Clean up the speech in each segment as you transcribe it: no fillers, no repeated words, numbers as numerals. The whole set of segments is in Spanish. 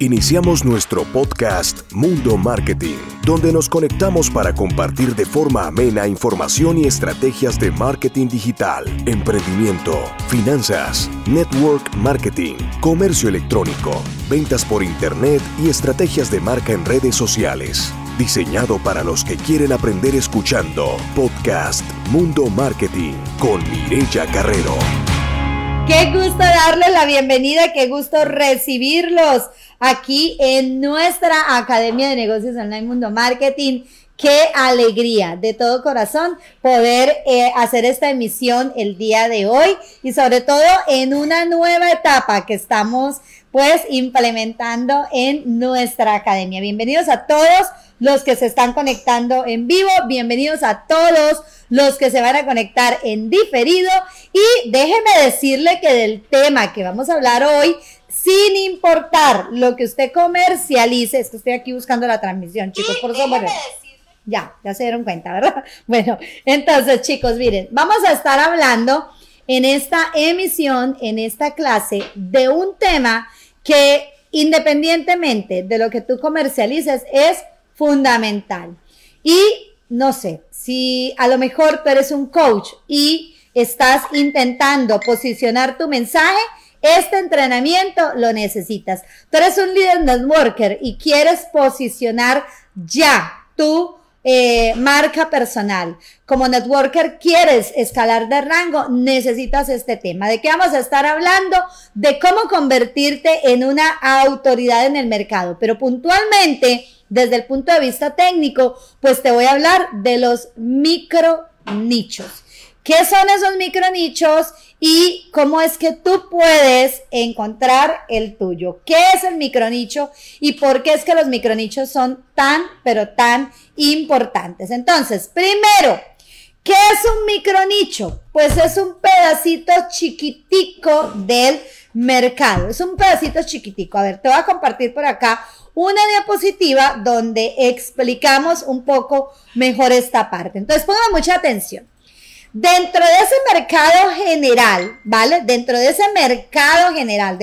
Iniciamos nuestro podcast Mundo Marketing, donde nos conectamos para compartir de forma amena información y estrategias de marketing digital, emprendimiento, finanzas, network marketing, comercio electrónico, ventas por internet y estrategias de marca en redes sociales. Diseñado para los que quieren aprender escuchando. Podcast Mundo Marketing con Mireya Carrero. Qué gusto darles la bienvenida, qué gusto recibirlos aquí en nuestra Academia de Negocios Online Mundo Marketing. Qué alegría de todo corazón poder hacer esta emisión el día de hoy y sobre todo en una nueva etapa que estamos pues implementando en nuestra academia. Bienvenidos a todos los que se están conectando en vivo, bienvenidos a todos los que se van a conectar en diferido y déjeme decirle que del tema que vamos a hablar hoy, sin importar lo que usted comercialice, es que estoy aquí buscando la transmisión, chicos, por eso, bueno, ya se dieron cuenta, ¿verdad? Bueno, entonces, chicos, miren, vamos a estar hablando en esta emisión, en esta clase, de un tema que independientemente de lo que tú comercialices es fundamental. Y no sé, si a lo mejor tú eres un coach y estás intentando posicionar tu mensaje, este entrenamiento lo necesitas. Tú eres un líder networker y quieres posicionar ya tu marca personal. Como networker quieres escalar de rango, necesitas este tema. ¿De qué vamos a estar hablando? De cómo convertirte en una autoridad en el mercado, pero puntualmente desde el punto de vista técnico, pues te voy a hablar de los micronichos. ¿Qué son esos micronichos y cómo es que tú puedes encontrar el tuyo? ¿Qué es el micronicho y por qué es que los micronichos son tan, pero tan importantes? Entonces, primero, ¿qué es un micronicho? Pues es un pedacito chiquitico del mercado. Es un pedacito chiquitico. A ver, te voy a compartir por acá una diapositiva donde explicamos un poco mejor esta parte. Entonces, pongan mucha atención. Dentro de ese mercado general, ¿vale? Dentro de ese mercado general,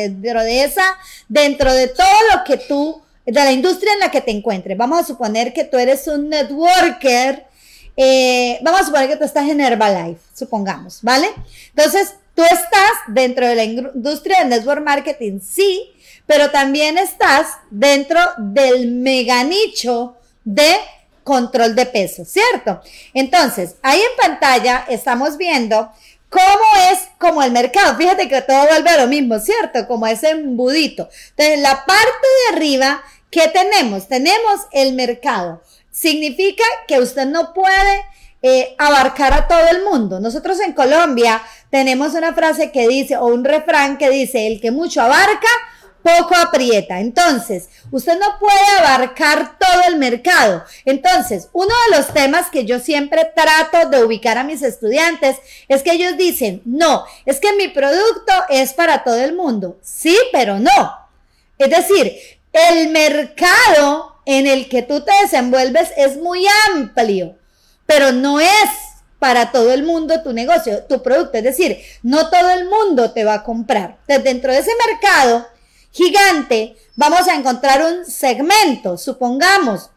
dentro de todo lo que tú, de la industria en la que te encuentres, vamos a suponer que tú eres un networker, vamos a suponer que tú estás en Herbalife, supongamos, ¿vale? Entonces, tú estás dentro de la industria del network marketing, sí, pero también estás dentro del mega nicho de control de peso, ¿cierto? Entonces, ahí en pantalla estamos viendo cómo es como el mercado. Fíjate que todo vuelve a lo mismo, ¿cierto? Como ese embudito. Entonces, en la parte de arriba, ¿qué tenemos? Tenemos el mercado. Significa que usted no puede abarcar a todo el mundo. Nosotros en Colombia tenemos una frase que dice, o un refrán que dice, el que mucho abarca, poco aprieta. Entonces, usted no puede abarcar todo el mercado. Entonces, uno de los temas que yo siempre trato de ubicar a mis estudiantes es que ellos dicen, no, es que mi producto es para todo el mundo. Sí, pero no. Es decir, el mercado en el que tú te desenvuelves es muy amplio, pero no es para todo el mundo tu negocio, tu producto. Es decir, no todo el mundo te va a comprar. Entonces, dentro de ese mercado gigante, vamos a encontrar un segmento, supongamos,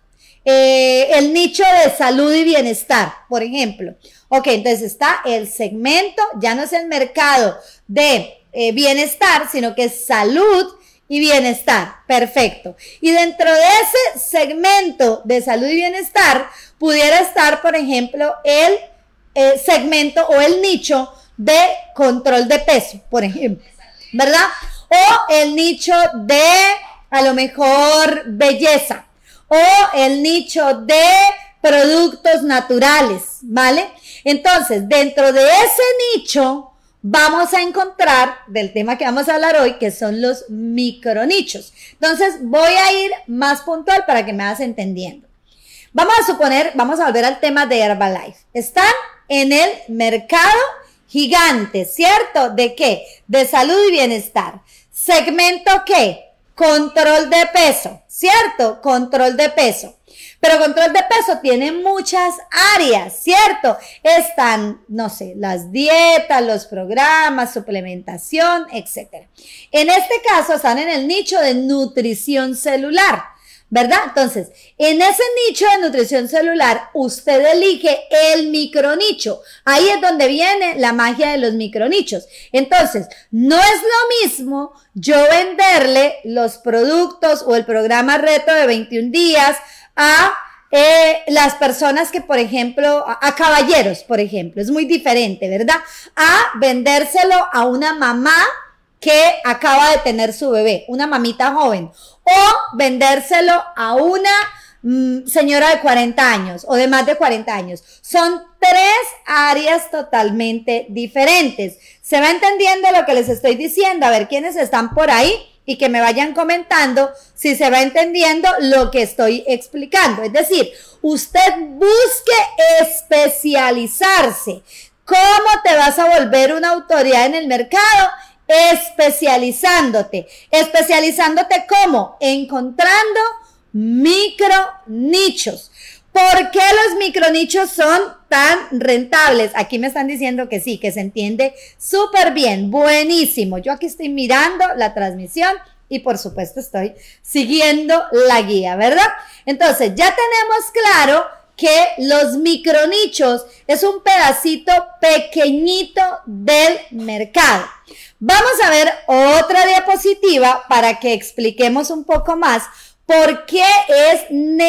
el nicho de salud y bienestar, por ejemplo. Ok, entonces está el segmento, ya no es el mercado de bienestar, sino que es salud y bienestar. Perfecto. Y dentro de ese segmento de salud y bienestar, pudiera estar, por ejemplo, el segmento o el nicho de control de peso, por ejemplo, ¿verdad? O el nicho de, a lo mejor, belleza. O el nicho de productos naturales, ¿vale? Entonces, dentro de ese nicho, vamos a encontrar, del tema que vamos a hablar hoy, que son los micronichos. Entonces, voy a ir más puntual para que me vayas entendiendo. Vamos a suponer, vamos a volver al tema de Herbalife. Están en el mercado gigante, ¿cierto? ¿De qué? De salud y bienestar. ¿Segmento qué? Control de peso, ¿cierto? Control de peso. Pero control de peso tiene muchas áreas, ¿cierto? Están, no sé, las dietas, los programas, suplementación, etc. En este caso están en el nicho de nutrición celular, ¿verdad? Entonces, en ese nicho de nutrición celular, usted elige el micronicho. Ahí es donde viene la magia de los micronichos. Entonces, no es lo mismo yo venderle los productos o el programa reto de 21 días a las personas que, por ejemplo, a caballeros, por ejemplo. Es muy diferente, ¿verdad? A vendérselo a una mamá que acaba de tener su bebé, una mamita joven, o vendérselo a una señora de 40 años o de más de 40 años. Son tres áreas totalmente diferentes. ¿Se va entendiendo lo que les estoy diciendo? A ver, ¿quiénes están por ahí? Y que me vayan comentando si se va entendiendo lo que estoy explicando. Es decir, usted busque especializarse. ¿Cómo te vas a volver una autoridad en el mercado? Especializándote. ¿Especializándote cómo? Encontrando micronichos. ¿Por qué los micronichos son tan rentables? Aquí me están diciendo que sí, que se entiende súper bien, buenísimo. Yo aquí estoy mirando la transmisión y por supuesto estoy siguiendo la guía, ¿verdad? Entonces ya tenemos claro que los micronichos es un pedacito pequeñito del mercado. Vamos a ver otra diapositiva para que expliquemos un poco más por qué es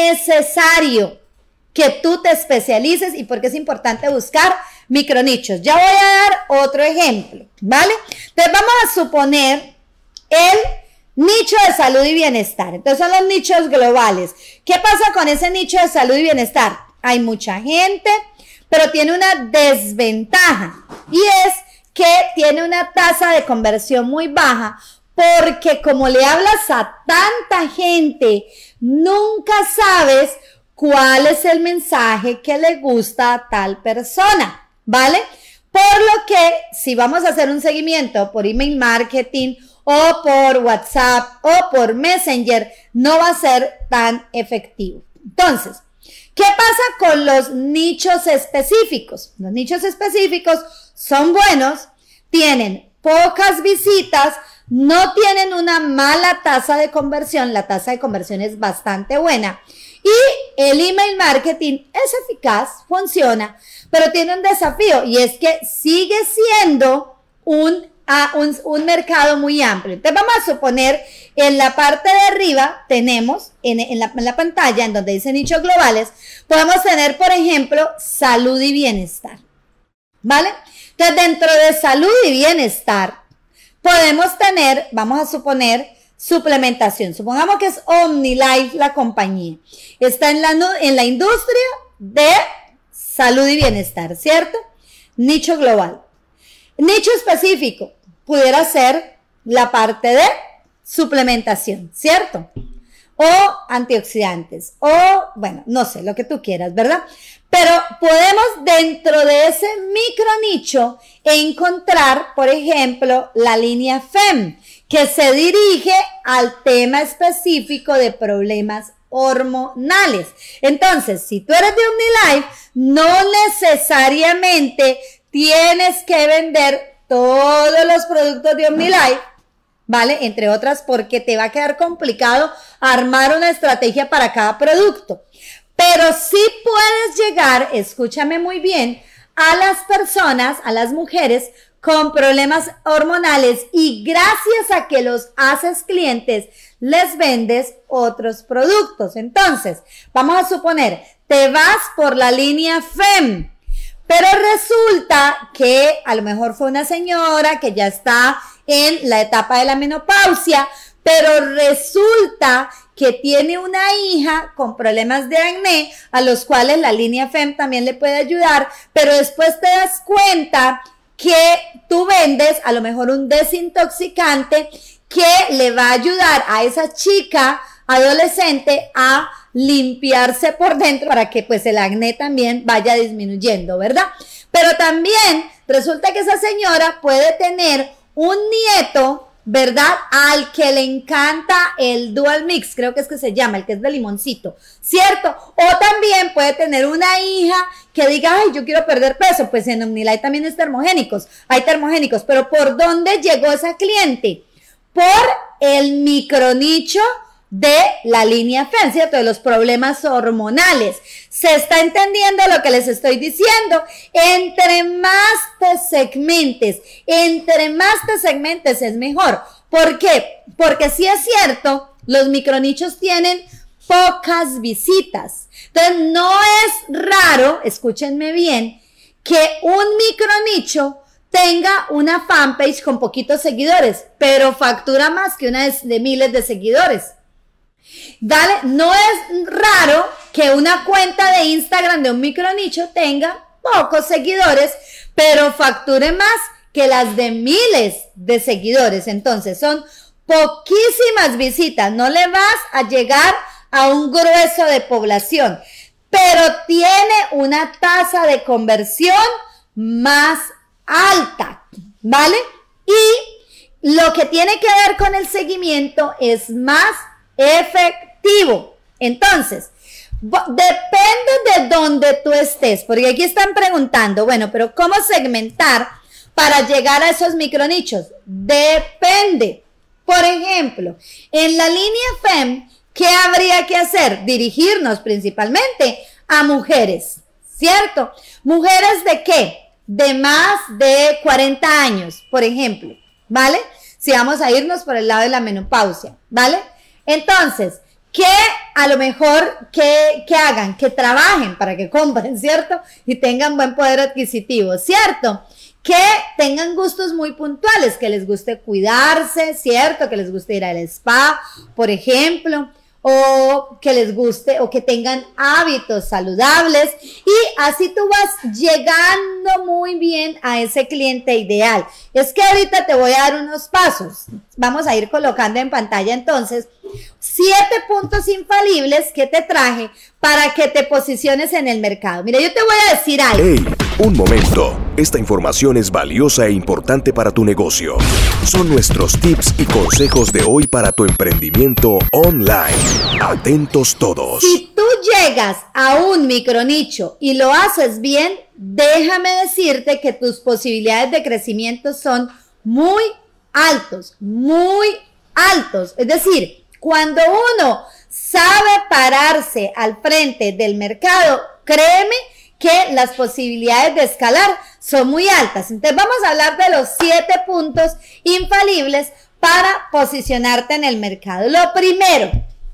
necesario que tú te especialices y por qué es importante buscar micronichos. Ya voy a dar otro ejemplo, ¿vale? Entonces vamos a suponer el nicho de salud y bienestar. Entonces son los nichos globales. ¿Qué pasa con ese nicho de salud y bienestar? Hay mucha gente, pero tiene una desventaja y es que tiene una tasa de conversión muy baja porque como le hablas a tanta gente, nunca sabes cuál es el mensaje que le gusta a tal persona, ¿vale? Por lo que si vamos a hacer un seguimiento por email marketing o por WhatsApp o por Messenger, no va a ser tan efectivo. Entonces, ¿qué pasa con los nichos específicos? Los nichos específicos son buenos, tienen pocas visitas, no tienen una mala tasa de conversión, la tasa de conversión es bastante buena y el email marketing es eficaz, funciona, pero tiene un desafío y es que sigue siendo un mercado muy amplio. Entonces vamos a suponer en la parte de arriba tenemos en la pantalla en donde dice nichos globales, podemos tener por ejemplo salud y bienestar, ¿vale? Entonces dentro de salud y bienestar podemos tener, vamos a suponer, suplementación. Supongamos que es OmniLife la compañía. Está en la industria de salud y bienestar, ¿cierto? Nicho global. Nicho específico pudiera ser la parte de suplementación, ¿cierto? O antioxidantes, o bueno, no sé, lo que tú quieras, ¿verdad? Pero podemos dentro de ese micronicho encontrar, por ejemplo, la línea FEM, que se dirige al tema específico de problemas hormonales. Entonces, si tú eres de OmniLife, no necesariamente tienes que vender todos los productos de OmniLife, ¿vale? Entre otras, porque te va a quedar complicado armar una estrategia para cada producto. Pero sí puedes llegar, escúchame muy bien, a las personas, a las mujeres con problemas hormonales y gracias a que los haces clientes, les vendes otros productos. Entonces, vamos a suponer, te vas por la línea FEM, pero resulta que a lo mejor fue una señora que ya está en la etapa de la menopausia, pero resulta que tiene una hija con problemas de acné, a los cuales la línea FEM también le puede ayudar, pero después te das cuenta que tú vendes a lo mejor un desintoxicante que le va a ayudar a esa chica adolescente a limpiarse por dentro para que pues el acné también vaya disminuyendo, ¿verdad? Pero también resulta que esa señora puede tener un nieto ¿verdad? Al que le encanta el Dual Mix, creo que es que se llama, el que es de limoncito, ¿cierto? O también puede tener una hija que diga, ay, yo quiero perder peso, pues en Omnilife también hay termogénicos, pero ¿por dónde llegó esa cliente? Por el micronicho de la línea FEM, ¿cierto? De los problemas hormonales. ¿Se está entendiendo lo que les estoy diciendo? Entre más te segmentes es mejor. ¿Por qué? Porque sí es cierto, los micronichos tienen pocas visitas. Entonces, no es raro, escúchenme bien, que un micronicho tenga una fanpage con poquitos seguidores, pero factura más que una de miles de seguidores. Dale, no es raro que una cuenta de Instagram de un micronicho tenga pocos seguidores, pero facture más que las de miles de seguidores. Entonces son poquísimas visitas, no le vas a llegar a un grueso de población, pero tiene una tasa de conversión más alta, ¿vale? Y lo que tiene que ver con el seguimiento es más efectivo. Entonces, depende de donde tú estés, porque aquí están preguntando, bueno, pero ¿cómo segmentar para llegar a esos micronichos? Depende. Por ejemplo, en la línea FEM, ¿qué habría que hacer? Dirigirnos principalmente a mujeres, ¿cierto? ¿Mujeres de qué? De más de 40 años, por ejemplo, ¿vale? Si vamos a irnos por el lado de la menopausia, ¿vale? Entonces, que a lo mejor que hagan, que trabajen para que compren, ¿cierto? Y tengan buen poder adquisitivo, ¿cierto? Que tengan gustos muy puntuales, que les guste cuidarse, ¿cierto? Que les guste ir al spa, por ejemplo, o que les guste o que tengan hábitos saludables, y así tú vas llegando muy bien a ese cliente ideal. Es que ahorita te voy a dar unos pasos, vamos a ir colocando en pantalla entonces 7 puntos infalibles que te traje para que te posiciones en el mercado. Mira, yo te voy a decir algo. ¡Hey! Un momento. Esta información es valiosa e importante para tu negocio. Son nuestros tips y consejos de hoy para tu emprendimiento online. Atentos todos. Si tú llegas a un micronicho y lo haces bien, déjame decirte que tus posibilidades de crecimiento son muy altos, muy altos. Es decir, cuando uno sabe pararse al frente del mercado, créeme que las posibilidades de escalar son muy altas. Entonces vamos a hablar de los 7 puntos infalibles para posicionarte en el mercado. Lo primero,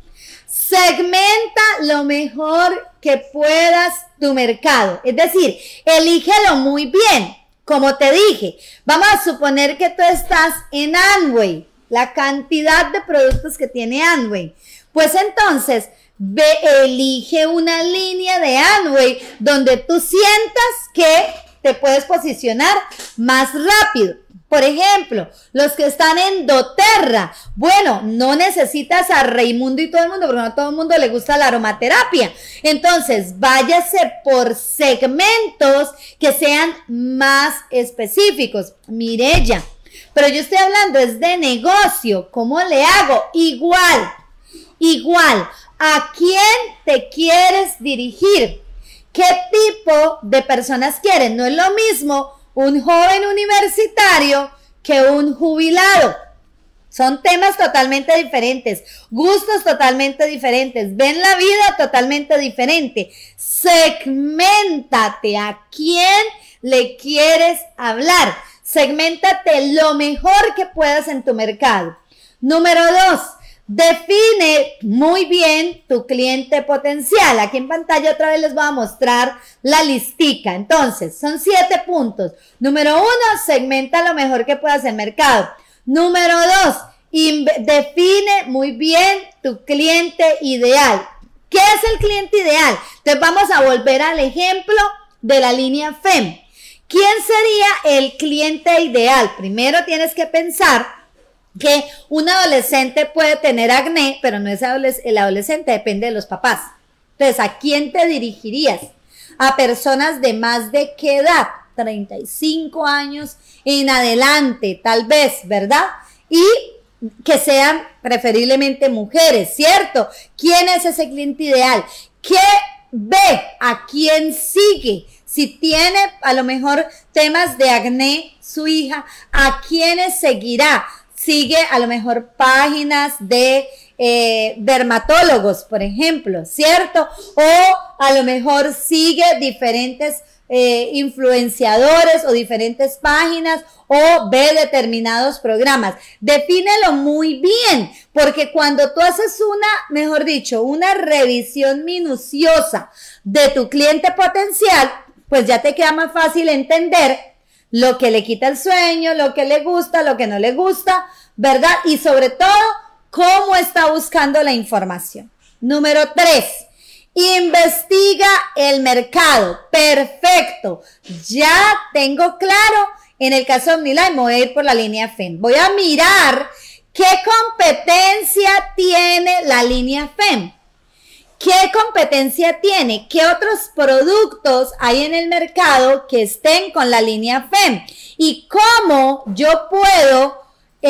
segmenta lo mejor que puedas tu mercado. Es decir, elígelo muy bien. Como te dije, vamos a suponer que tú estás en Amway, la cantidad de productos que tiene Amway. Pues entonces, elige una línea de Amway donde tú sientas que te puedes posicionar más rápido. Por ejemplo, los que están en doTERRA, bueno, no necesitas a Raimundo y todo el mundo, porque no a todo el mundo le gusta la aromaterapia. Entonces, váyase por segmentos que sean más específicos. Mireya, pero yo estoy hablando es de negocio. ¿Cómo le hago? Igual. ¿A quién te quieres dirigir? ¿Qué tipo de personas quieres? No es lo mismo un joven universitario que un jubilado. Son temas totalmente diferentes, gustos totalmente diferentes, ven la vida totalmente diferente. Segméntate a quién le quieres hablar. Segméntate lo mejor que puedas en tu mercado. Número 2. Define muy bien tu cliente potencial. Aquí en pantalla otra vez les voy a mostrar la listica. Entonces, son 7 puntos. Número 1, segmenta lo mejor que puedas en mercado. Número 2, define muy bien tu cliente ideal. ¿Qué es el cliente ideal? Entonces, vamos a volver al ejemplo de la línea FEM. ¿Quién sería el cliente ideal? Primero tienes que pensar que un adolescente puede tener acné, pero no es el adolescente, depende de los papás. Entonces, ¿a quién te dirigirías? A personas de más de qué edad, 35 años en adelante, tal vez, ¿verdad? y que sean preferiblemente mujeres, ¿cierto? ¿Quién es ese cliente ideal? ¿Qué ve? ¿A quién sigue? Si tiene a lo mejor temas de acné su hija, ¿a quiénes seguirá? Sigue a lo mejor páginas de dermatólogos, por ejemplo, ¿cierto? O a lo mejor sigue diferentes influenciadores o diferentes páginas o ve determinados programas. Defínelo muy bien, porque cuando tú haces mejor dicho, una revisión minuciosa de tu cliente potencial, pues ya te queda más fácil entender lo que le quita el sueño, lo que le gusta, lo que no le gusta, ¿verdad? Y sobre todo, cómo está buscando la información. Número 3. Investiga el mercado. Perfecto. Ya tengo claro, en el caso de OmniLife, me voy a ir por la línea FEM. Voy a mirar qué competencia tiene la línea FEM. ¿Qué competencia tiene? ¿Qué otros productos hay en el mercado que estén con la línea FEM? Y cómo yo puedo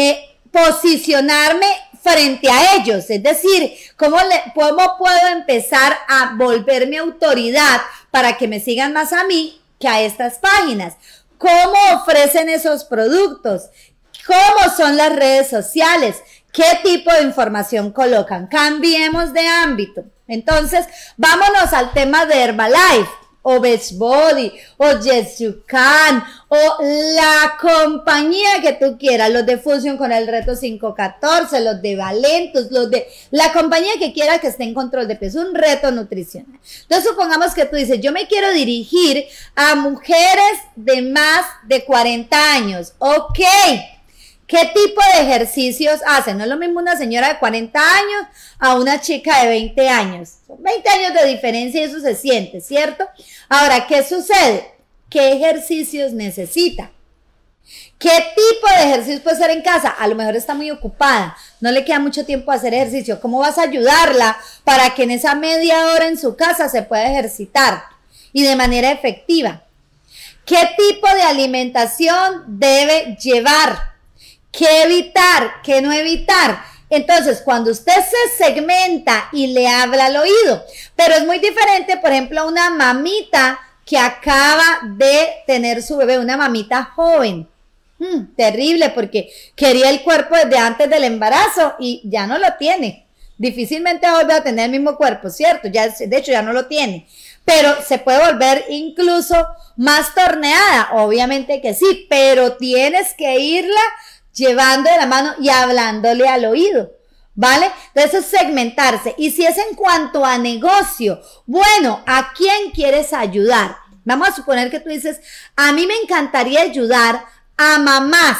posicionarme frente a ellos, es decir, ¿cómo puedo empezar a volverme autoridad para que me sigan más a mí que a estas páginas? ¿Cómo ofrecen esos productos? ¿Cómo son las redes sociales? ¿Qué tipo de información colocan? Cambiemos de ámbito. Entonces, vámonos al tema de Herbalife, o Beachbody, o Yes You Can, o la compañía que tú quieras, los de Fusion con el reto 514, los de Valentus, los de la compañía que quiera que esté en control de peso, un reto nutricional. Entonces, supongamos que tú dices, yo me quiero dirigir a mujeres de más de 40 años. Ok. ¿Qué tipo de ejercicios hacen? No es lo mismo una señora de 40 años a una chica de 20 años. Son 20 años de diferencia y eso se siente, ¿cierto? Ahora, ¿qué sucede? ¿Qué ejercicios necesita? ¿Qué tipo de ejercicios puede hacer en casa? A lo mejor está muy ocupada, no le queda mucho tiempo a hacer ejercicio. ¿Cómo vas a ayudarla para que en esa media hora en su casa se pueda ejercitar y de manera efectiva? ¿Qué tipo de alimentación debe llevar? ¿Qué evitar? ¿Qué no evitar? Entonces, cuando usted se segmenta y le habla al oído, pero es muy diferente, por ejemplo, a una mamita que acaba de tener su bebé, una mamita joven. Terrible, porque quería el cuerpo desde antes del embarazo y ya no lo tiene. Difícilmente vuelve a tener el mismo cuerpo, ¿cierto? Ya, de hecho, ya no lo tiene. Pero se puede volver incluso más torneada, obviamente que sí, pero tienes que irla llevando de la mano y hablándole al oído, ¿vale? Entonces, segmentarse. Y si es en cuanto a negocio, bueno, ¿a quién quieres ayudar? Vamos a suponer que tú dices, a mí me encantaría ayudar a mamás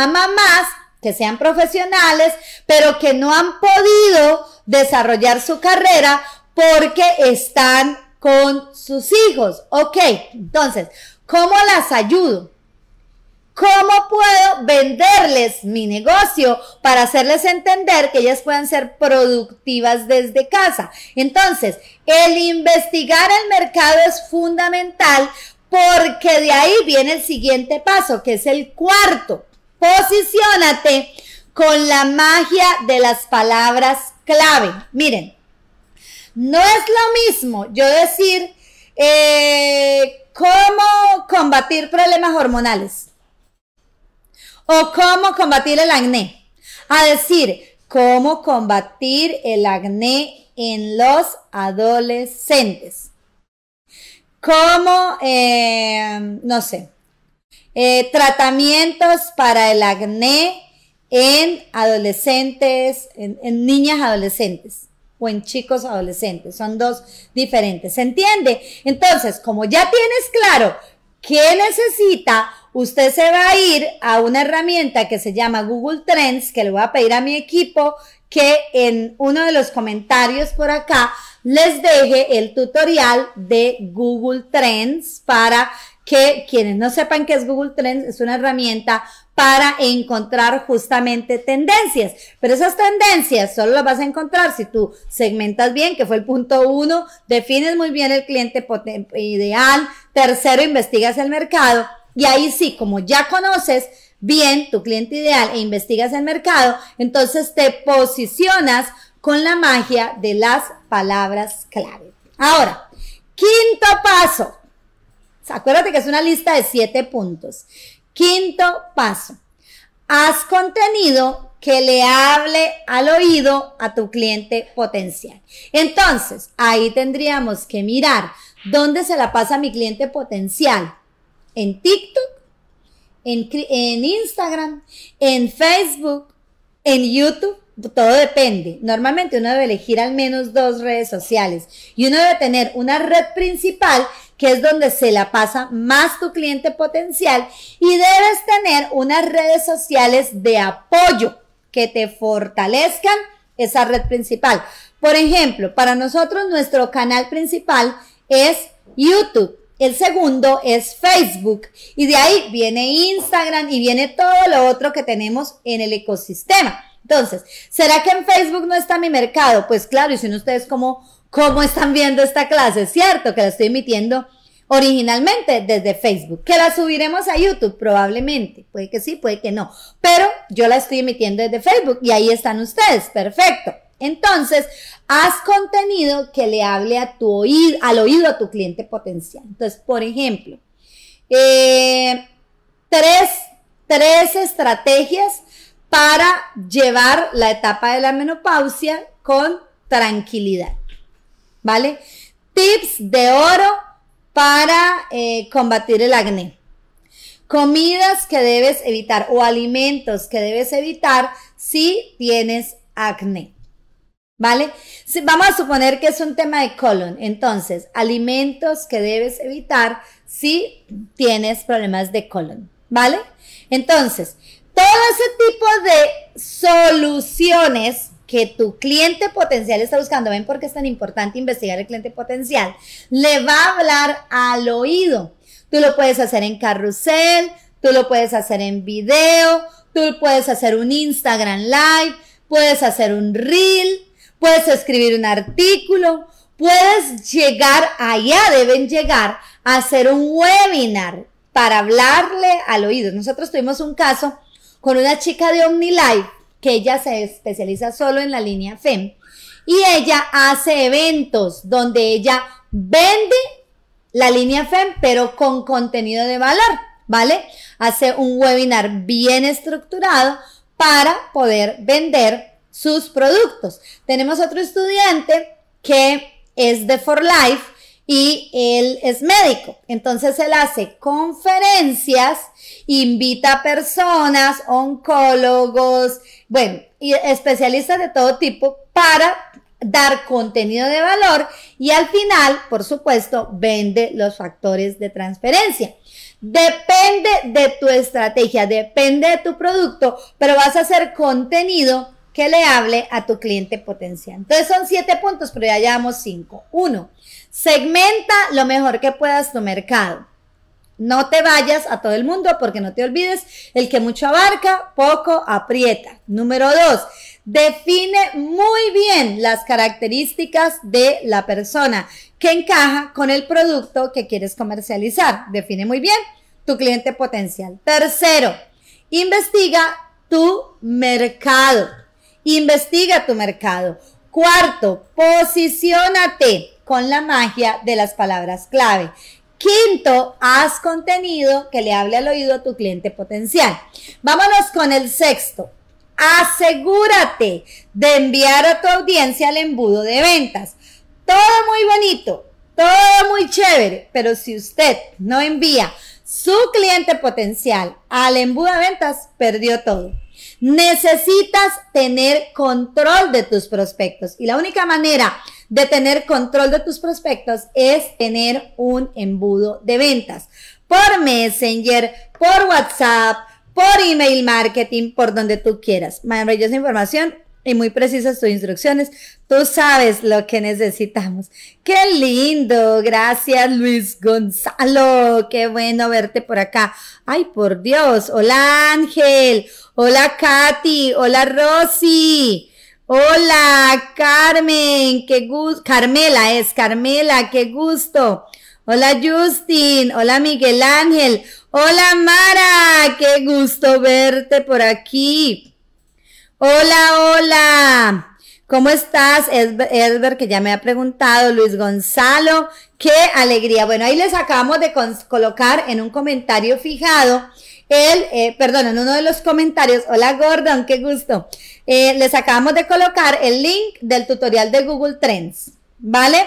que sean profesionales, pero que no han podido desarrollar su carrera porque están con sus hijos. Ok, entonces, ¿cómo las ayudo? ¿Cómo puedo venderles mi negocio para hacerles entender que ellas puedan ser productivas desde casa? Entonces, el investigar el mercado es fundamental porque de ahí viene el siguiente paso, que es el cuarto. Posiciónate con la magia de las palabras clave. Miren, no es lo mismo yo decir cómo combatir problemas hormonales o cómo combatir el acné, a decir cómo combatir el acné en los adolescentes, cómo, no sé, tratamientos para el acné en adolescentes, en niñas adolescentes o en chicos adolescentes, son dos diferentes, ¿se entiende? Entonces, como ya tienes claro qué necesita, usted se va a ir a una herramienta que se llama Google Trends, que le voy a pedir a mi equipo que en uno de los comentarios por acá les deje el tutorial de Google Trends para que quienes no sepan qué es Google Trends, es una herramienta para encontrar justamente tendencias. Pero esas tendencias solo las vas a encontrar si tú segmentas bien, que fue el punto 1, defines muy bien el cliente ideal, tercero, investigas el mercado. Y ahí sí, como ya conoces, bien tu cliente ideal e investigas el mercado, entonces te posicionas con la magia de las palabras clave. Ahora, quinto paso. Acuérdate que es una lista de 7 puntos. Quinto paso. Haz contenido que le hable al oído a tu cliente potencial. Entonces, ahí tendríamos que mirar dónde se la pasa mi cliente potencial. En TikTok, en Instagram, en Facebook, en YouTube. Todo depende. Normalmente uno debe elegir al menos 2 redes sociales y uno debe tener una red principal que es donde se la pasa más tu cliente potencial y debes tener unas redes sociales de apoyo que te fortalezcan esa red principal. Por ejemplo, para nosotros nuestro canal principal es YouTube. El segundo es Facebook y de ahí viene Instagram y viene todo lo otro que tenemos en el ecosistema. Entonces, ¿será que en Facebook no está mi mercado? Pues claro, y si no ustedes cómo están viendo esta clase, ¿cierto? Que la estoy emitiendo originalmente desde Facebook. ¿Que la subiremos a YouTube? Probablemente. Puede que sí, puede que no. Pero yo la estoy emitiendo desde Facebook y ahí están ustedes. Perfecto. Entonces, haz contenido que le hable al oído a tu cliente potencial. Entonces, por ejemplo, tres estrategias para llevar la etapa de la menopausia con tranquilidad, ¿vale? Tips de oro para combatir el acné. Comidas que debes evitar o alimentos que debes evitar si tienes acné, ¿vale? Vamos a suponer que es un tema de colon, entonces, alimentos que debes evitar si tienes problemas de colon, ¿vale? Entonces, todo ese tipo de soluciones que tu cliente potencial está buscando, ven por qué es tan importante investigar el cliente potencial, le va a hablar al oído. Tú lo puedes hacer en carrusel, tú lo puedes hacer en video, tú puedes hacer un Instagram Live, puedes hacer un Reel, puedes escribir un artículo, puedes llegar, allá deben llegar a hacer un webinar para hablarle al oído. Nosotros tuvimos un caso con una chica de OmniLife, que ella se especializa solo en la línea FEM, y ella hace eventos donde ella vende la línea FEM, pero con contenido de valor, ¿vale? Hace un webinar bien estructurado para poder vender sus productos. Tenemos otro estudiante que es de For Life y él es médico, entonces él hace conferencias, invita a personas, oncólogos, bueno, y especialistas de todo tipo para dar contenido de valor y al final, por supuesto, vende los factores de transferencia. Depende de tu estrategia, depende de tu producto, pero vas a hacer contenido que le hable a tu cliente potencial. Entonces son 7 puntos, pero ya llevamos 5. 1. Segmenta lo mejor que puedas tu mercado. No te vayas a todo el mundo porque no te olvides, el que mucho abarca, poco aprieta. Número 2, define muy bien las características de la persona que encaja con el producto que quieres comercializar. Define muy bien tu cliente potencial. Tercero, investiga tu mercado. Investiga tu mercado. Cuarto, posiciónate con la magia de las palabras clave. Quinto, haz contenido que le hable al oído a tu cliente potencial. Vámonos con el sexto. Asegúrate de enviar a tu audiencia el embudo de ventas. Todo muy bonito, todo muy chévere, pero si usted no envía su cliente potencial al embudo de ventas, perdió todo. Necesitas tener control de tus prospectos y la única manera de tener control de tus prospectos es tener un embudo de ventas por Messenger, por WhatsApp, por email marketing, por donde tú quieras. Maravillosa información y muy precisas tus instrucciones. Tú sabes lo que necesitamos. ¡Qué lindo! Gracias, Luis Gonzalo. ¡Qué bueno verte por acá! ¡Ay, por Dios! Hola, Ángel. Hola, Katy. Hola, Rosy. Hola, Carmen. ¡Qué gusto! Carmela, qué gusto. Hola Justin, hola Miguel Ángel, hola Mara, qué gusto verte por aquí. Hola, ¿cómo estás? Edber, que ya me ha preguntado, Luis Gonzalo, qué alegría. Bueno, ahí les acabamos de colocar en un comentario fijado, en uno de los comentarios, hola Gordon, qué gusto. Les acabamos de colocar el link del tutorial de Google Trends, ¿vale?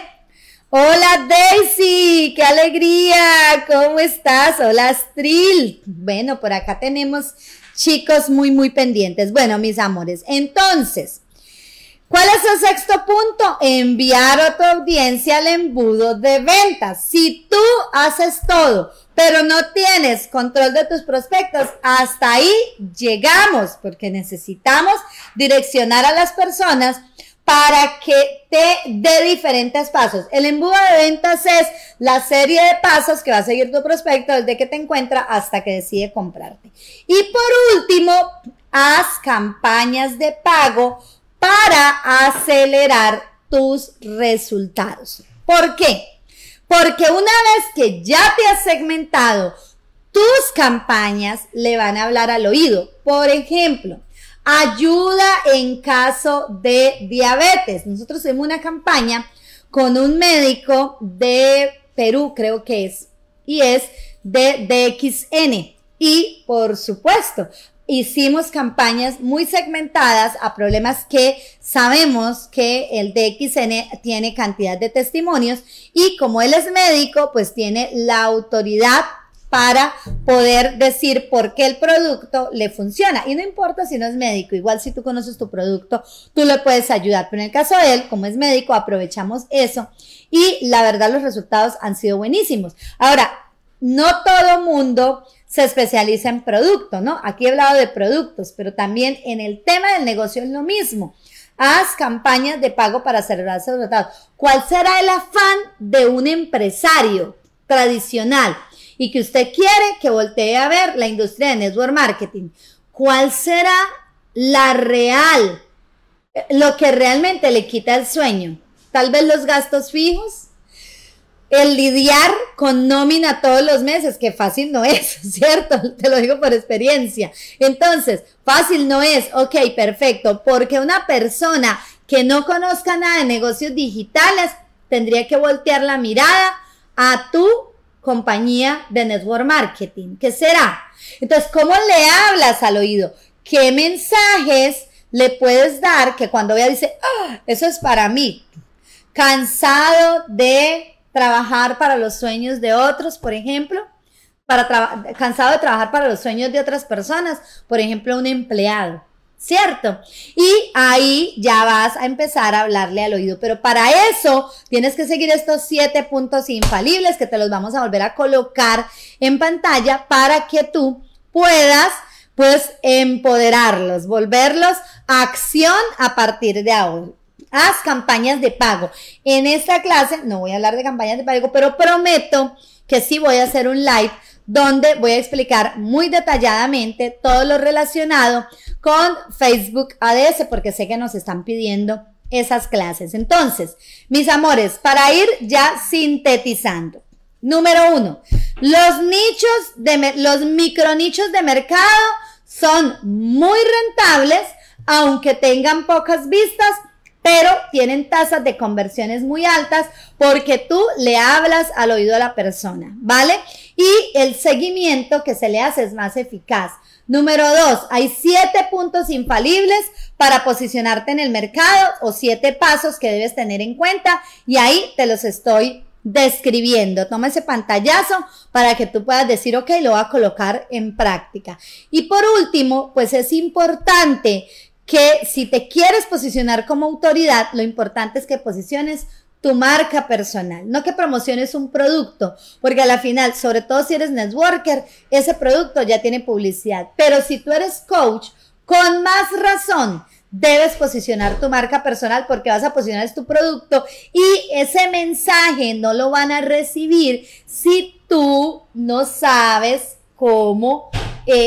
Hola Daisy, qué alegría, ¿cómo estás? Hola Astril. Bueno, por acá tenemos chicos muy pendientes. Bueno, mis amores, entonces, ¿cuál es el sexto punto? Enviar a tu audiencia al embudo de ventas. Si tú haces todo, pero no tienes control de tus prospectos, hasta ahí llegamos, porque necesitamos direccionar a las personas para que te dé diferentes pasos. El embudo de ventas es la serie de pasos que va a seguir tu prospecto desde que te encuentra hasta que decide comprarte. Y por último, haz campañas de pago para acelerar tus resultados. ¿Por qué? Porque una vez que ya te has segmentado, tus campañas le van a hablar al oído. Por ejemplo, ayuda en caso de diabetes. Nosotros hicimos una campaña con un médico de Perú, creo que es, y es de DXN. Y por supuesto, hicimos campañas muy segmentadas a problemas que sabemos que el DXN tiene cantidad de testimonios y como él es médico, pues tiene la autoridad para poder decir por qué el producto le funciona. Y no importa si no es médico, igual si tú conoces tu producto, tú le puedes ayudar. Pero en el caso de él, como es médico, aprovechamos eso y la verdad los resultados han sido buenísimos. Ahora, no todo mundo se especializa en producto, ¿no? Aquí he hablado de productos, pero también en el tema del negocio es lo mismo. Haz campañas de pago para acelerar los resultados. ¿Cuál será el afán de un empresario tradicional y que usted quiere que voltee a ver la industria de network marketing? ¿Cuál será lo que realmente le quita el sueño? Tal vez los gastos fijos, el lidiar con nómina todos los meses, que fácil no es, ¿cierto? Te lo digo por experiencia. Entonces, fácil no es, ok, perfecto, porque una persona que no conozca nada de negocios digitales tendría que voltear la mirada a tu compañía de network marketing. ¿Qué será? Entonces, ¿cómo le hablas al oído? ¿Qué mensajes le puedes dar que cuando vea dice, eso es para mí? Cansado de trabajar para los sueños de otros, por ejemplo, cansado de trabajar para los sueños de otras personas, por ejemplo, un empleado, ¿cierto? Y ahí ya vas a empezar a hablarle al oído, pero para eso tienes que seguir estos 7 puntos infalibles que te los vamos a volver a colocar en pantalla para que tú puedas pues empoderarlos, volverlos a acción a partir de ahora. Haz campañas de pago. En esta clase no voy a hablar de campañas de pago, pero prometo que sí voy a hacer un live donde voy a explicar muy detalladamente todo lo relacionado con Facebook Ads, porque sé que nos están pidiendo esas clases. Entonces, mis amores, para ir ya sintetizando. Número 1, los micronichos de mercado son muy rentables, aunque tengan pocas vistas, pero tienen tasas de conversiones muy altas porque tú le hablas al oído a la persona, ¿vale? Y el seguimiento que se le hace es más eficaz. Número 2, hay 7 puntos infalibles para posicionarte en el mercado o 7 pasos que debes tener en cuenta y ahí te los estoy describiendo. Toma ese pantallazo para que tú puedas decir, ok, lo voy a colocar en práctica. Y por último, pues es importante que si te quieres posicionar como autoridad, lo importante es que posiciones tu marca personal, no que promociones un producto, porque a la final, sobre todo si eres networker, ese producto ya tiene publicidad. Pero si tú eres coach, con más razón, debes posicionar tu marca personal porque vas a posicionar tu producto y ese mensaje no lo van a recibir si tú no sabes cómo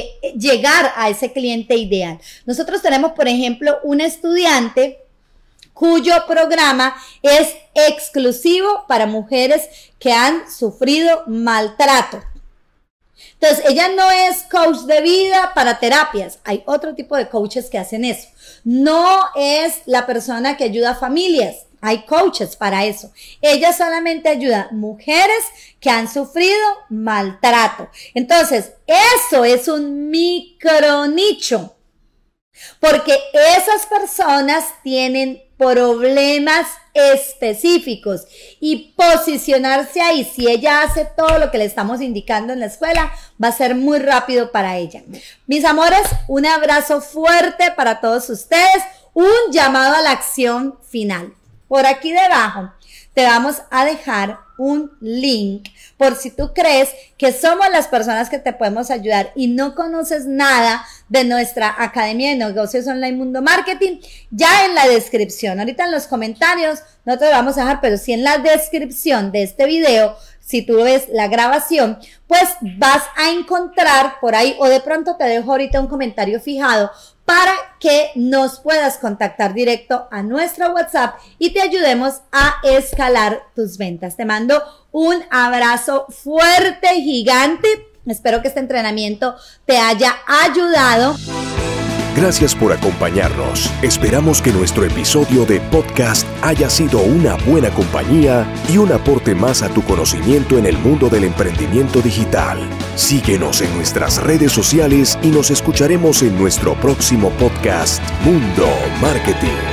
llegar a ese cliente ideal. Nosotros tenemos, por ejemplo, un estudiante cuyo programa es exclusivo para mujeres que han sufrido maltrato. Entonces, ella no es coach de vida para terapias. Hay otro tipo de coaches que hacen eso. No es la persona que ayuda a familias. Hay coaches para eso. Ella solamente ayuda a mujeres que han sufrido maltrato. Entonces, eso es un micronicho. Porque esas personas tienen problemas específicos y posicionarse ahí, si ella hace todo lo que le estamos indicando en la escuela, va a ser muy rápido para ella. Mis amores, un abrazo fuerte para todos ustedes, un llamado a la acción final. Por aquí debajo te vamos a dejar un link por si tú crees que somos las personas que te podemos ayudar y no conoces nada de nuestra Academia de Negocios Online Mundo Marketing. Ya en la descripción, ahorita en los comentarios no te lo vamos a dejar, pero sí en la descripción de este video, si tú ves la grabación, pues vas a encontrar por ahí, o de pronto te dejo ahorita un comentario fijado para que nos puedas contactar directo a nuestro WhatsApp y te ayudemos a escalar tus ventas. Te mando un abrazo fuerte, gigante. Espero que este entrenamiento te haya ayudado. Gracias por acompañarnos. Esperamos que nuestro episodio de podcast haya sido una buena compañía y un aporte más a tu conocimiento en el mundo del emprendimiento digital. Síguenos en nuestras redes sociales y nos escucharemos en nuestro próximo podcast, Mundo Marketing.